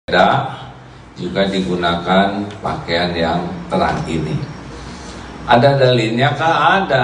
juga digunakan pakaian yang terang ini. Ada dalilnya kah? Ada.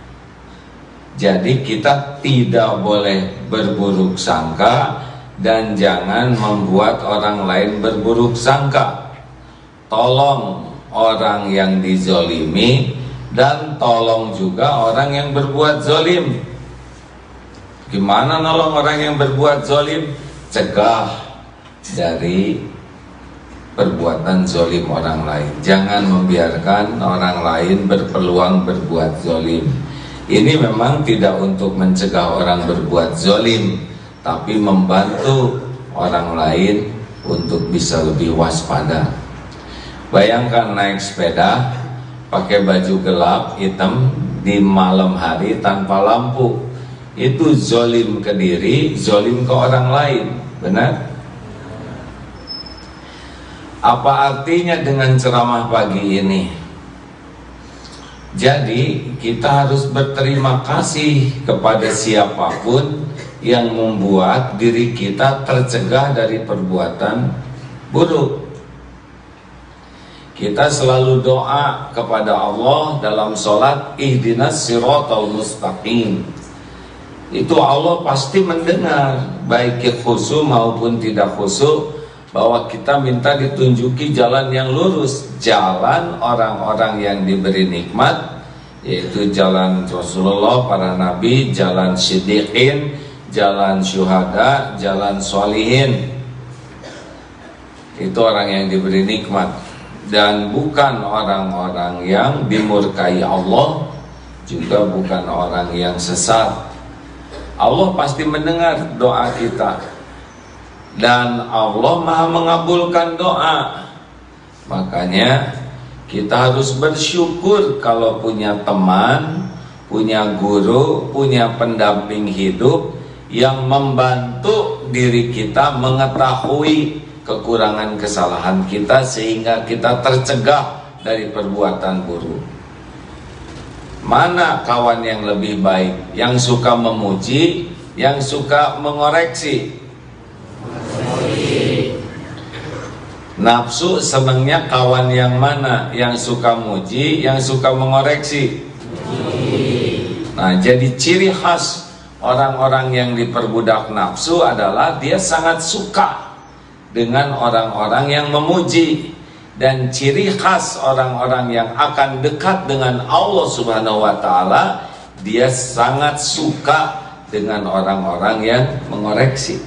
Jadi kita tidak boleh berburuk sangka dan jangan membuat orang lain berburuk sangka. Tolong orang yang dizolimi dan tolong juga orang yang berbuat zolim. Gimana nolong orang yang berbuat zolim? Cegah dari perbuatan zolim orang lain. Jangan membiarkan orang lain berpeluang berbuat zolim. Ini memang tidak untuk mencegah orang berbuat zolim, tapi membantu orang lain untuk bisa lebih waspada. Bayangkan naik sepeda pakai baju gelap hitam di malam hari tanpa lampu. Itu zolim ke diri, zolim ke orang lain. Benar? Apa artinya dengan ceramah pagi ini? Jadi kita harus berterima kasih kepada siapapun yang membuat diri kita tercegah dari perbuatan buruk. Kita selalu doa kepada Allah dalam sholat, ihdinas siratal mustaqim. Itu Allah pasti mendengar, baik khusyuk maupun tidak khusyuk, bahwa kita minta ditunjuki jalan yang lurus, jalan orang-orang yang diberi nikmat, yaitu jalan Rasulullah, para nabi, jalan siddiqin, jalan syuhada, jalan sholihin. Itu orang yang diberi nikmat, dan bukan orang-orang yang dimurkai Allah, juga bukan orang yang sesat. Allah pasti mendengar doa kita, dan Allah Maha mengabulkan doa. Makanya kita harus bersyukur kalau punya teman, punya guru, punya pendamping hidup yang membantu diri kita mengetahui kekurangan kesalahan kita, sehingga kita tercegah dari perbuatan buruk. Mana kawan yang lebih baik? Yang suka memuji, yang suka mengoreksi? Nafsu senangnya kawan yang mana? Yang suka muji, yang suka mengoreksi? Nah, jadi ciri khas orang-orang yang diperbudak nafsu adalah dia sangat suka dengan orang-orang yang memuji. Dan ciri khas orang-orang yang akan dekat dengan Allah Subhanahu wa Ta'ala, dia sangat suka dengan orang-orang yang mengoreksi.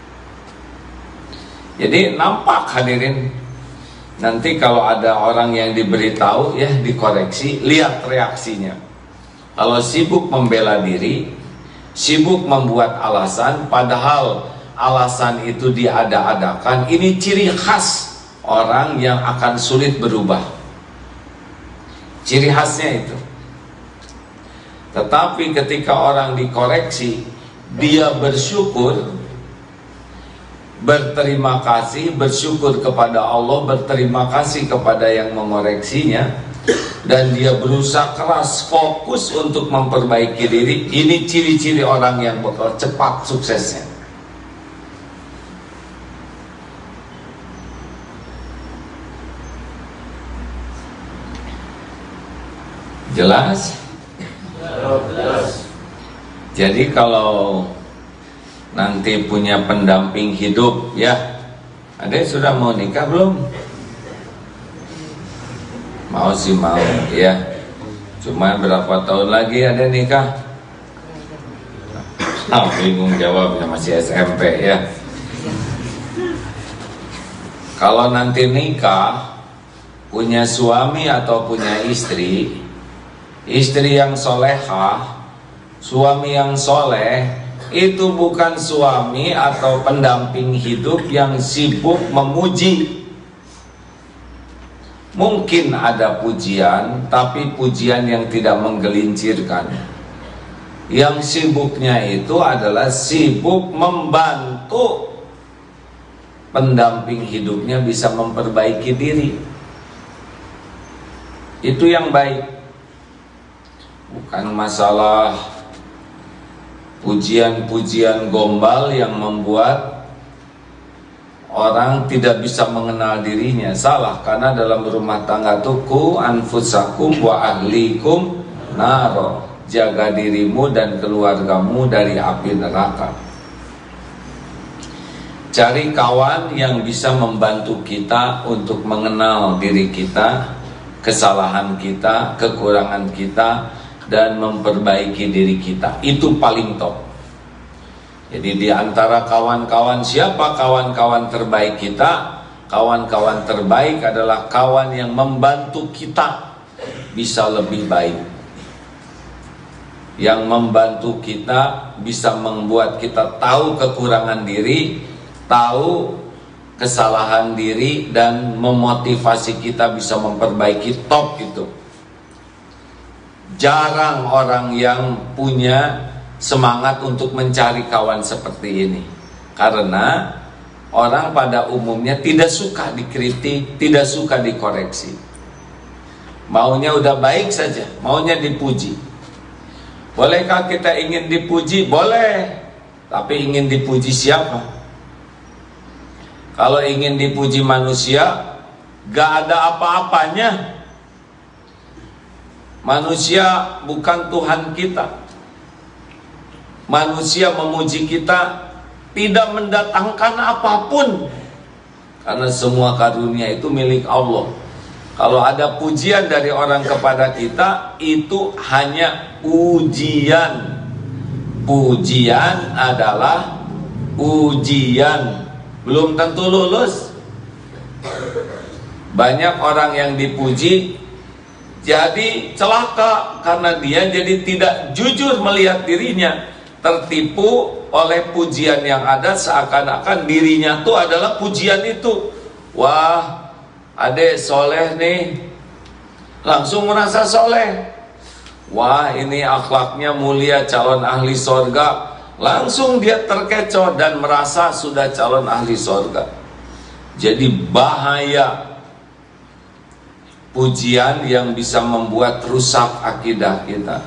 Jadi nampak hadirin, nanti kalau ada orang yang diberitahu, ya dikoreksi, lihat reaksinya. Kalau sibuk membela diri, sibuk membuat alasan, padahal alasan itu diada-adakan, ini ciri khas orang yang akan sulit berubah. Ciri khasnya itu. Tetapi ketika orang dikoreksi, dia bersyukur, berterima kasih, bersyukur kepada Allah, berterima kasih kepada yang mengoreksinya, dan dia berusaha keras, fokus untuk memperbaiki diri. Ini ciri-ciri orang yang bakal cepat suksesnya. Jelas? Jelas. Jadi kalau nanti punya pendamping hidup, ya, ada yang sudah mau nikah belum? Mau sih mau, ya. Cuman berapa tahun lagi ada nikah? Bingung jawabnya, masih SMP ya. Kalau nanti nikah, punya suami atau punya istri, istri yang solehah, suami yang soleh, itu bukan suami atau pendamping hidup yang sibuk memuji. Mungkin ada pujian, tapi pujian yang tidak menggelincirkan. Yang sibuknya itu adalah sibuk membantu pendamping hidupnya bisa memperbaiki diri. Itu yang baik. Bukan masalah pujian-pujian gombal yang membuat orang tidak bisa mengenal dirinya. Salah, karena dalam rumah tangga itu ku anfusakum wa ahlikum naro, jaga dirimu dan keluargamu dari api neraka. Cari kawan yang bisa membantu kita untuk mengenal diri kita, kesalahan kita, kekurangan kita, dan memperbaiki diri kita. Itu paling top. Jadi di antara kawan-kawan, siapa kawan-kawan terbaik kita? Kawan-kawan terbaik adalah kawan yang membantu kita bisa lebih baik, yang membantu kita bisa membuat kita tahu kekurangan diri, tahu kesalahan diri, dan memotivasi kita bisa memperbaiki. Top itu. Jarang orang yang punya semangat untuk mencari kawan seperti ini, karena orang pada umumnya tidak suka dikritik, tidak suka dikoreksi. Maunya udah baik saja, maunya dipuji. Bolehkah kita ingin dipuji? Boleh. Tapi ingin dipuji siapa? Kalau ingin dipuji manusia, gak ada apa-apanya. Manusia bukan Tuhan kita. Manusia memuji kita tidak mendatangkan apapun, karena semua karunia itu milik Allah. Kalau ada pujian dari orang kepada kita, itu hanya ujian. Pujian adalah ujian, belum tentu lulus. Banyak orang yang dipuji jadi celaka karena dia jadi tidak jujur melihat dirinya, tertipu oleh pujian yang ada, seakan-akan dirinya tuh adalah pujian itu. Wah, adek soleh nih, langsung merasa soleh. Wah, ini akhlaknya mulia, calon ahli sorga, langsung dia terkecoh dan merasa sudah calon ahli sorga. Jadi bahaya pujian yang bisa membuat rusak akidah kita.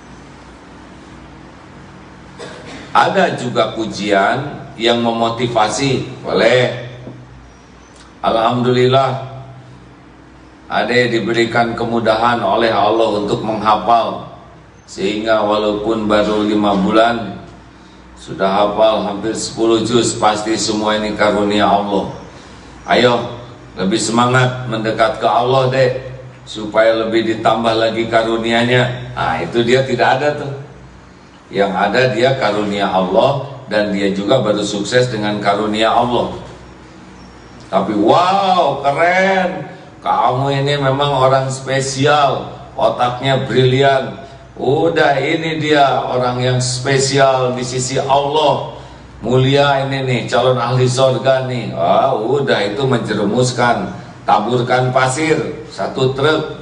Ada juga pujian yang memotivasi, boleh. Alhamdulillah, ada diberikan kemudahan oleh Allah untuk menghafal, sehingga walaupun baru 5 bulan sudah hafal hampir 10 juz. Pasti semua ini karunia Allah. Ayo lebih semangat mendekat ke Allah deh, supaya lebih ditambah lagi karunianya. Nah, itu dia tidak ada tuh. Yang ada dia karunia Allah, dan dia juga baru sukses dengan karunia Allah. Tapi wow, keren, kamu ini memang orang spesial, otaknya brilian. Udah, ini dia orang yang spesial di sisi Allah, mulia ini nih, calon ahli sorga nih. Ah, udah, itu menjerumuskan, taburkan pasir 1 truk.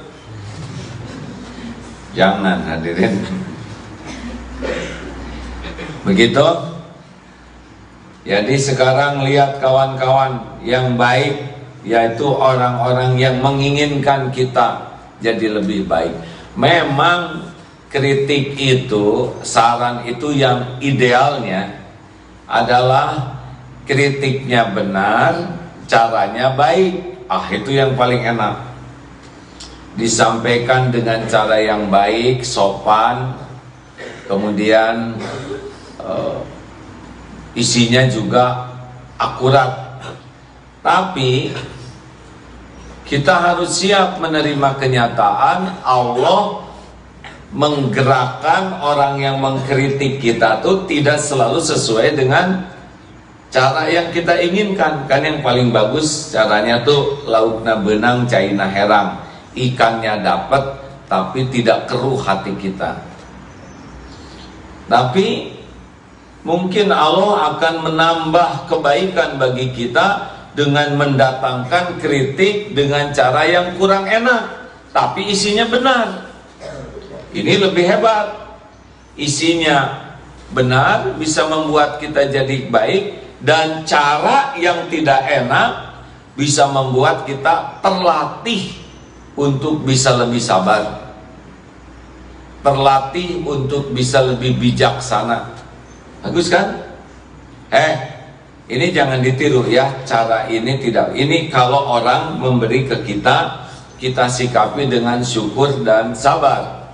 Jangan, hadirin. Begitu. Jadi sekarang lihat kawan-kawan yang baik, yaitu orang-orang yang menginginkan kita jadi lebih baik. Memang kritik itu, saran itu yang idealnya adalah kritiknya benar, caranya baik. Ah, itu yang paling enak. Disampaikan dengan cara yang baik, sopan, kemudian isinya juga akurat. Tapi kita harus siap menerima kenyataan Allah menggerakkan orang yang mengkritik kita tuh tidak selalu sesuai dengan cara yang kita inginkan. Kan yang paling bagus caranya tuh laukna benang caina herang, ikannya dapat tapi tidak keruh hati kita. Tapi mungkin Allah akan menambah kebaikan bagi kita dengan mendatangkan kritik dengan cara yang kurang enak, tapi isinya benar. Ini lebih hebat. Isinya benar, bisa membuat kita jadi baik, dan cara yang tidak enak bisa membuat kita terlatih untuk bisa lebih sabar, terlatih untuk bisa lebih bijaksana. Bagus kan? Ini jangan ditiru ya, cara ini tidak. Ini kalau orang memberi ke kita, kita sikapi dengan syukur dan sabar.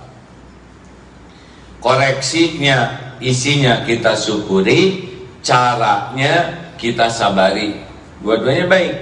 Koreksinya, isinya kita syukuri, caranya kita sabari. Dua-duanya baik.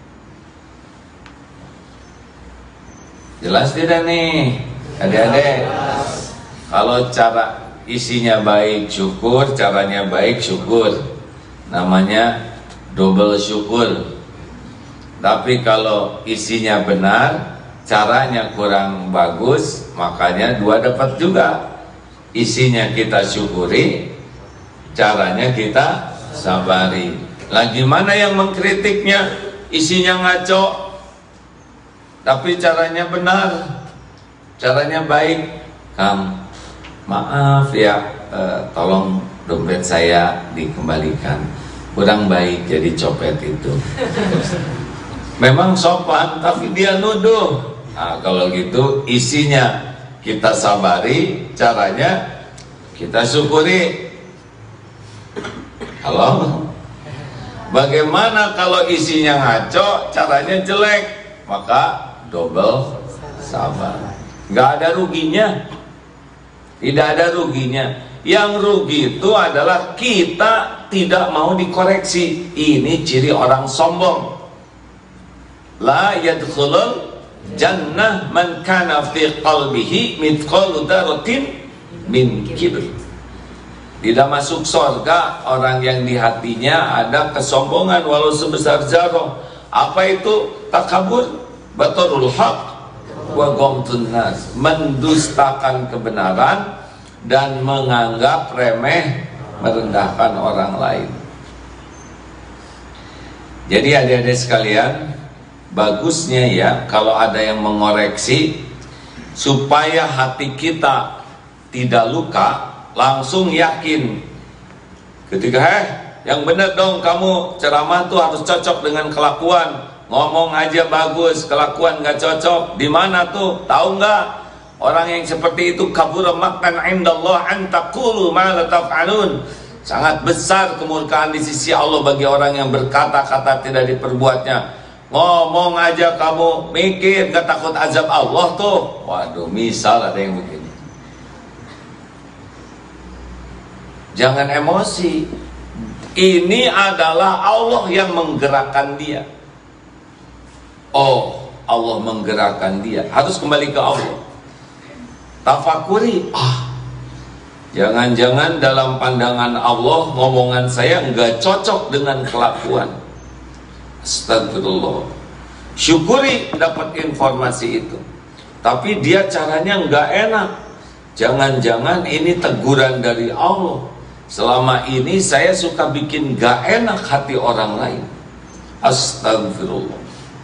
Jelas tidak nih adik-adik? Kalau cara isinya baik syukur, caranya baik syukur, namanya double syukur. Tapi kalau isinya benar, caranya kurang bagus, makanya dua dapat juga. Isinya kita syukuri, caranya kita sabari. Lagi mana yang mengkritiknya isinya ngaco tapi caranya benar, caranya baik. Kang, maaf ya, tolong dompet saya dikembalikan, kurang baik jadi copet itu. Memang sopan tapi dia nuduh. Nah, kalau gitu isinya kita sabari, caranya kita syukuri. Halo? Bagaimana kalau isinya ngaco, caranya jelek? Maka double sabar. Nggak ada ruginya. Tidak ada ruginya. Yang rugi itu adalah kita tidak mau dikoreksi. Ini ciri orang sombong. La yadkhulul jannah man kana fi qalbihi mithqalu dzarratin min kibr. Tidak masuk surga orang yang di hatinya ada kesombongan walau sebesar zarah. Apa itu? Takabur, batarul haq, wa ghamtun nas, mendustakan kebenaran dan menganggap remeh, merendahkan orang lain. Jadi adik-adik sekalian, bagusnya ya kalau ada yang mengoreksi supaya hati kita tidak luka, langsung yakin ketika yang benar dong, kamu ceramah tuh harus cocok dengan kelakuan, ngomong aja bagus, kelakuan nggak cocok. Di mana tuh? Tahu nggak? Orang yang seperti itu kabura maqtan indallah an taqulu ma la taf'alun. Sangat besar kemurkaan di sisi Allah bagi orang yang berkata-kata tidak diperbuatnya. Ngomong aja kamu, mikir, nggak takut azab Allah tuh. Waduh, misal ada yang begini. Jangan emosi. Ini adalah Allah yang menggerakkan dia. Oh, Allah menggerakkan dia. Harus kembali ke Allah. Tafakuri. Jangan-jangan dalam pandangan Allah ngomongan saya nggak cocok dengan kelakuan. Astagfirullah. Syukuri dapat informasi itu. Tapi dia caranya nggak enak. Jangan-jangan ini teguran dari Allah. Selama ini saya suka bikin gak enak hati orang lain. Astagfirullah.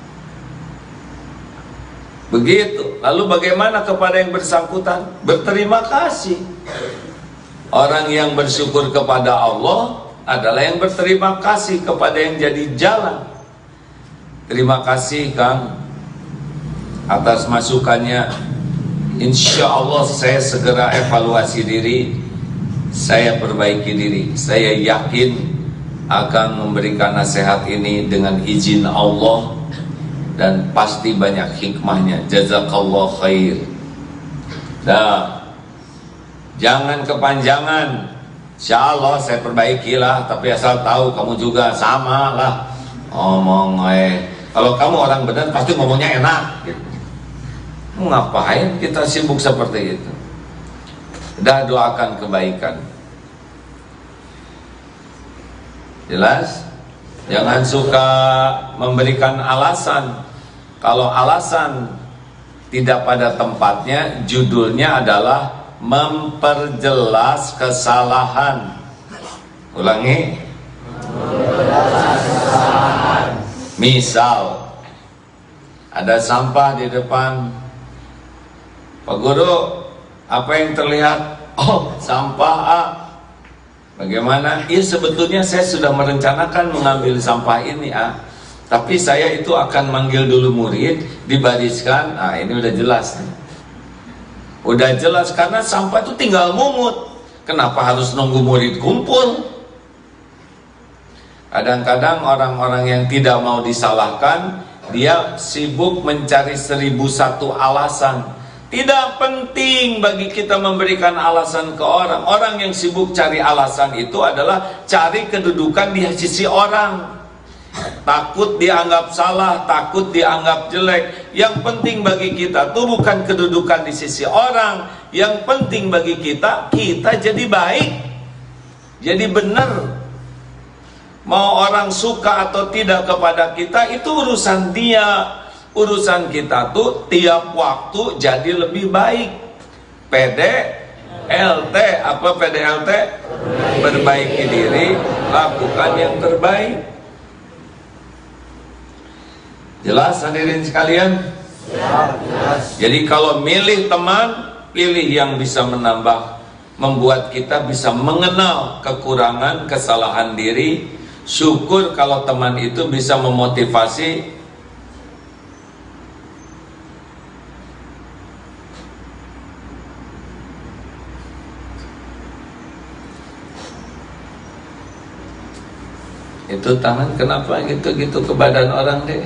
Begitu. Lalu bagaimana kepada yang bersangkutan? Berterima kasih. Orang yang bersyukur kepada Allah adalah yang berterima kasih kepada yang jadi jalan. Terima kasih Kang atas masukannya. Insya Allah saya segera evaluasi diri, saya perbaiki diri. Saya yakin akan memberikan nasihat ini dengan izin Allah dan pasti banyak hikmahnya. Jazakallah khair. Dah, jangan kepanjangan. Insya Allah saya perbaikilah, tapi asal tahu kamu juga sama lah ngomong. Kalau kamu orang benar pasti ngomongnya enak gitu. Ngapain kita sibuk seperti itu? Dah, doakan kebaikan. Jelas? Jangan suka memberikan alasan. Kalau alasan tidak pada tempatnya, judulnya adalah memperjelas kesalahan. Ulangi. Memperjelas kesalahan. Misal ada sampah di depan. Pak Guru, apa yang terlihat? Oh, sampah. Bagaimana? Ya sebetulnya saya sudah merencanakan mengambil sampah ini. Tapi saya itu akan manggil dulu murid, dibariskan. Ini udah jelas nih. Udah jelas karena sampah itu tinggal mungut. Kenapa harus nunggu murid kumpul? Kadang-kadang orang-orang yang tidak mau disalahkan, dia sibuk mencari 1001 alasan. Tidak penting bagi kita memberikan alasan ke orang. Orang yang sibuk cari alasan itu adalah cari kedudukan di sisi orang. Takut dianggap salah, takut dianggap jelek. Yang penting bagi kita itu bukan kedudukan di sisi orang. Yang penting bagi kita, kita jadi baik, jadi benar. Mau orang suka atau tidak kepada kita, itu urusan dia. Urusan kita tuh tiap waktu jadi lebih baik. PDLT, apa PDLT? Perbaiki diri, lakukan yang terbaik. Jelas hadirin sekalian? Jadi kalau milih teman, pilih yang bisa menambah, membuat kita bisa mengenal kekurangan, kesalahan diri. Syukur kalau teman itu bisa memotivasi. Itu tangan kenapa gitu-gitu ke badan orang deh?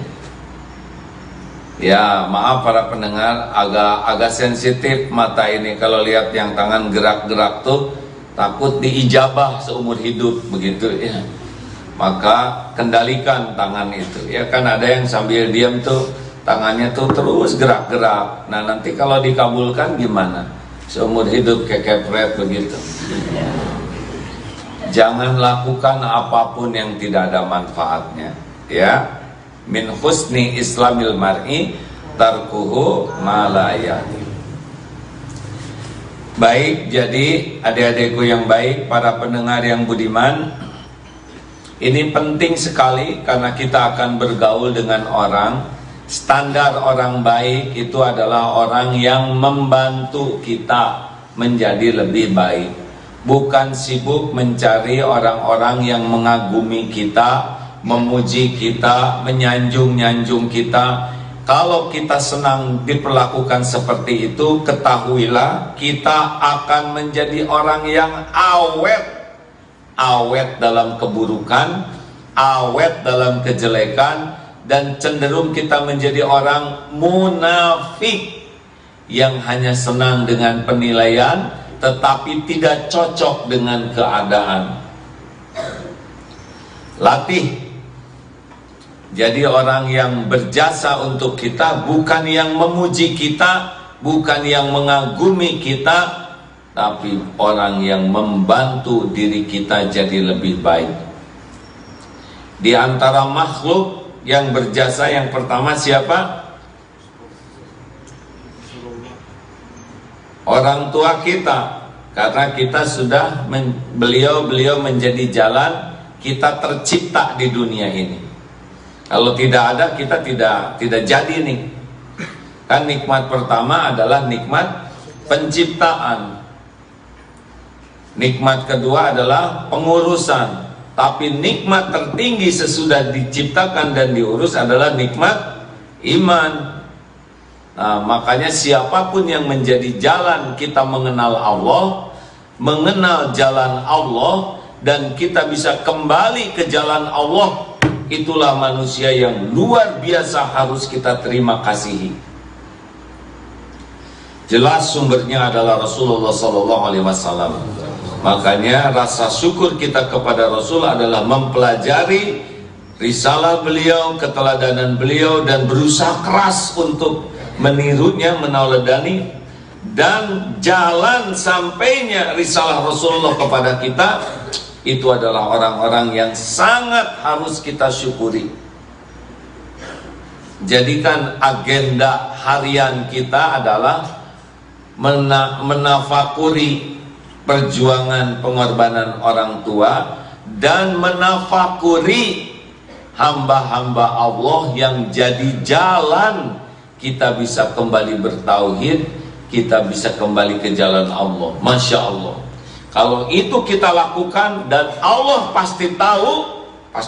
Ya maaf para pendengar, agak sensitif mata ini kalau lihat yang tangan gerak-gerak tuh, takut diijabah seumur hidup begitu ya. Maka kendalikan tangan itu ya, kan ada yang sambil diam tuh tangannya tuh terus gerak-gerak. Nah nanti kalau dikabulkan gimana? Seumur hidup kekepret begitu. Jangan lakukan apapun yang tidak ada manfaatnya ya. Min husni islamil mar'i tarkuhu ma la ya'ni. Baik, jadi adik-adikku yang baik, para pendengar yang budiman, ini penting sekali karena kita akan bergaul dengan orang. Standar orang baik itu adalah orang yang membantu kita menjadi lebih baik, bukan sibuk mencari orang-orang yang mengagumi kita, memuji kita, menyanjung-nyanjung kita. Kalau kita senang diperlakukan seperti itu, ketahuilah kita akan menjadi orang yang awet dalam keburukan, awet dalam kejelekan, dan cenderung kita menjadi orang munafik yang hanya senang dengan penilaian tetapi tidak cocok dengan keadaan. Latih jadi orang yang berjasa untuk kita, bukan yang memuji kita, bukan yang mengagumi kita, tapi orang yang membantu diri kita jadi lebih baik. Di antara makhluk yang berjasa yang pertama siapa? Orang tua kita. Karena kita sudah beliau menjadi jalan kita tercipta di dunia ini. Kalau tidak ada, kita tidak jadi nih. Kan nikmat pertama adalah nikmat penciptaan. Nikmat kedua adalah pengurusan. Tapi nikmat tertinggi sesudah diciptakan dan diurus adalah nikmat iman. Nah, makanya siapapun yang menjadi jalan kita mengenal Allah, mengenal jalan Allah, dan kita bisa kembali ke jalan Allah, itulah manusia yang luar biasa harus kita terima kasihi. Jelas sumbernya adalah Rasulullah SAW. Makanya rasa syukur kita kepada Rasul adalah mempelajari risalah beliau, keteladanan beliau, dan berusaha keras untuk menirunya, meneladani, dan jalan sampainya risalah Rasulullah kepada kita. Itu adalah orang-orang yang sangat harus kita syukuri. Jadikan agenda harian kita adalah menafakuri perjuangan pengorbanan orang tua dan menafakuri hamba-hamba Allah yang jadi jalan kita bisa kembali bertauhid, kita bisa kembali ke jalan Allah. Masya Allah. Kalau itu kita lakukan, dan Allah pasti tahu.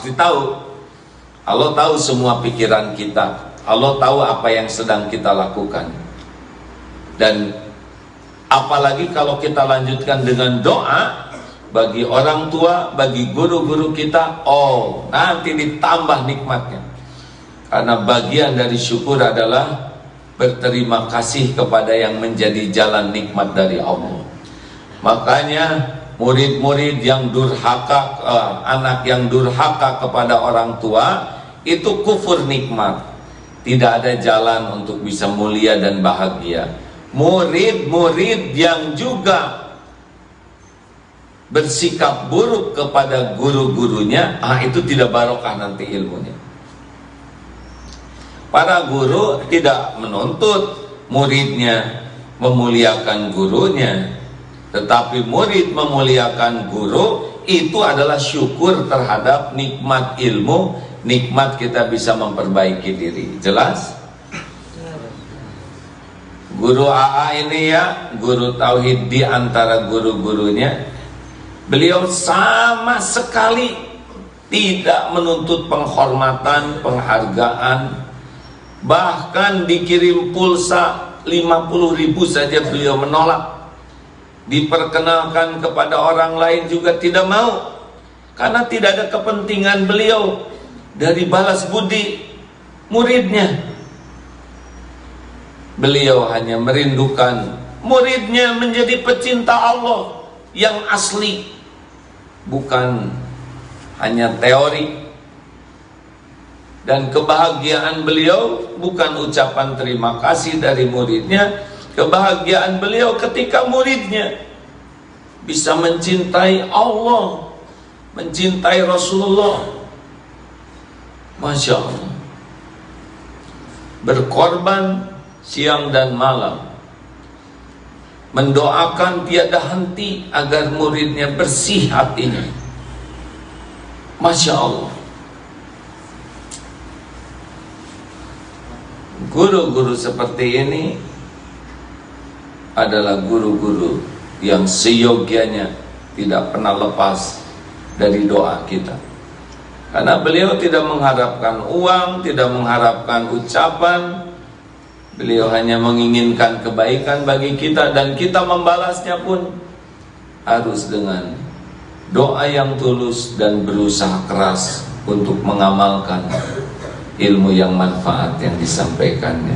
Allah tahu semua pikiran kita. Allah tahu apa yang sedang kita lakukan. Dan apalagi kalau kita lanjutkan dengan doa, bagi orang tua, bagi guru-guru kita, oh nanti ditambah nikmatnya. Karena bagian dari syukur adalah berterima kasih kepada yang menjadi jalan nikmat dari Allah. Makanya murid-murid yang durhaka, anak yang durhaka kepada orang tua, itu kufur nikmat. Tidak ada jalan untuk bisa mulia dan bahagia. Murid-murid yang juga bersikap buruk kepada guru-gurunya, itu tidak barokah nanti ilmunya. Para guru tidak menuntut muridnya memuliakan gurunya, tetapi murid memuliakan guru, itu adalah syukur terhadap nikmat ilmu, nikmat kita bisa memperbaiki diri. Jelas? Guru AA ini ya, guru tauhid di antara guru-gurunya, beliau sama sekali tidak menuntut penghormatan, penghargaan. Bahkan dikirim pulsa 50.000 saja beliau menolak. Diperkenalkan kepada orang lain juga tidak mau, karena tidak ada kepentingan beliau dari balas budi muridnya. Beliau hanya merindukan muridnya menjadi pecinta Allah yang asli, bukan hanya teori. Dan kebahagiaan beliau bukan ucapan terima kasih dari muridnya. Kebahagiaan beliau ketika muridnya bisa mencintai Allah, mencintai Rasulullah. Masya Allah. Berkorban siang dan malam, mendoakan tiada henti agar muridnya bersih hatinya. Masya Allah. Guru-guru seperti ini adalah guru-guru yang seyogianya tidak pernah lepas dari doa kita. Karena beliau tidak mengharapkan uang, tidak mengharapkan ucapan. Beliau hanya menginginkan kebaikan bagi kita, dan kita membalasnya pun harus dengan doa yang tulus dan berusaha keras untuk mengamalkan ilmu yang manfaat yang disampaikannya.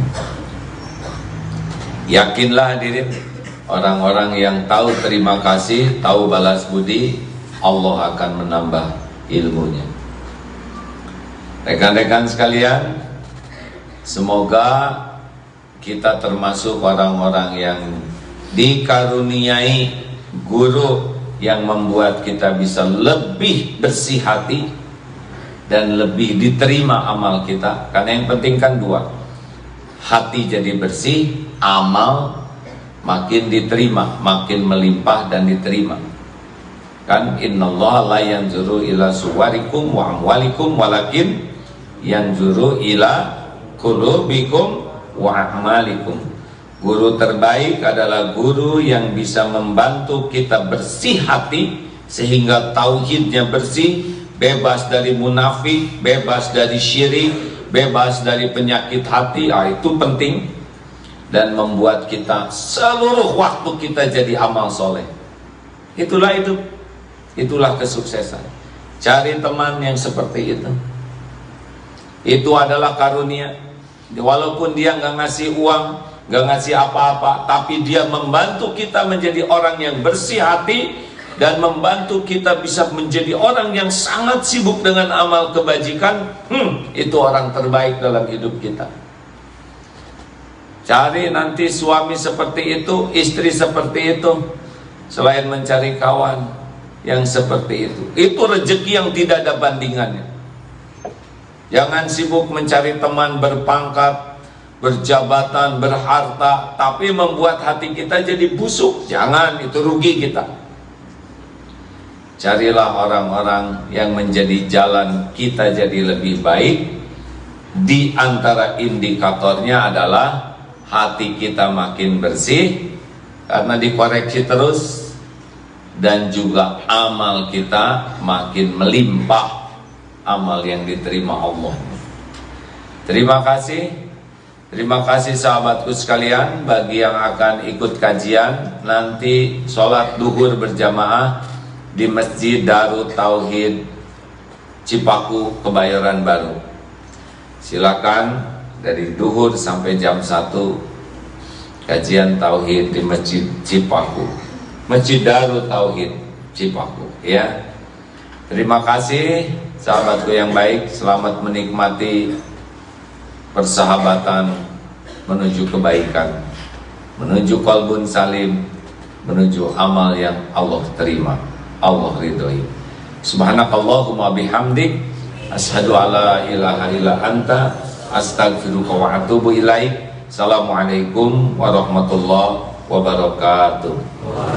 Yakinlah hadirin, orang-orang yang tahu terima kasih, tahu balas budi, Allah akan menambah ilmunya. Rekan-rekan sekalian, semoga kita termasuk orang-orang yang dikaruniai guru yang membuat kita bisa lebih bersih hati dan lebih diterima amal kita. Karena yang penting kan dua, hati jadi bersih, amal makin diterima, makin melimpah dan diterima. Kan innallaha la yanzuru ila suwarikum wa amwalikum walakin yanzuru ila qulubikum wa a'malikum. Guru terbaik adalah guru yang bisa membantu kita bersih hati sehingga tauhidnya bersih, bebas dari munafik, bebas dari syirik, bebas dari penyakit hati. Itu penting. Dan membuat kita seluruh waktu kita jadi amal soleh. Itulah kesuksesan. Cari teman yang seperti itu. Itu adalah karunia. Walaupun dia nggak ngasih uang, nggak ngasih apa-apa, tapi dia membantu kita menjadi orang yang bersih hati, dan membantu kita bisa menjadi orang yang sangat sibuk dengan amal kebajikan. Itu orang terbaik dalam hidup kita. Cari nanti suami seperti itu, istri seperti itu. Selain mencari kawan yang seperti itu rezeki yang tidak ada bandingannya. Jangan sibuk mencari teman berpangkat, berjabatan, berharta, tapi membuat hati kita jadi busuk. Jangan, itu rugi kita. Carilah orang-orang yang menjadi jalan kita jadi lebih baik. Di antara indikatornya adalah hati kita makin bersih karena dikoreksi terus, dan juga amal kita makin melimpah, amal yang diterima Allah. Terima kasih sahabatku sekalian. Bagi yang akan ikut kajian nanti sholat duhur berjamaah di Masjid Darut Tauhid Cipaku, Kebayoran Baru. Silakan dari duhur sampai jam 1 kajian tauhid di Masjid Cipaku, Masjid Darut Tauhid Cipaku, ya. Terima kasih sahabatku yang baik, selamat menikmati persahabatan menuju kebaikan, menuju qalbun salim, menuju amal yang Allah terima, Allah ridhoi. Subhanakallahumma bihamdik, asyhadu alla ilaha illa anta, astaghfiruka wa atubu ilaik. Assalamualaikum warahmatullahi wabarakatuh.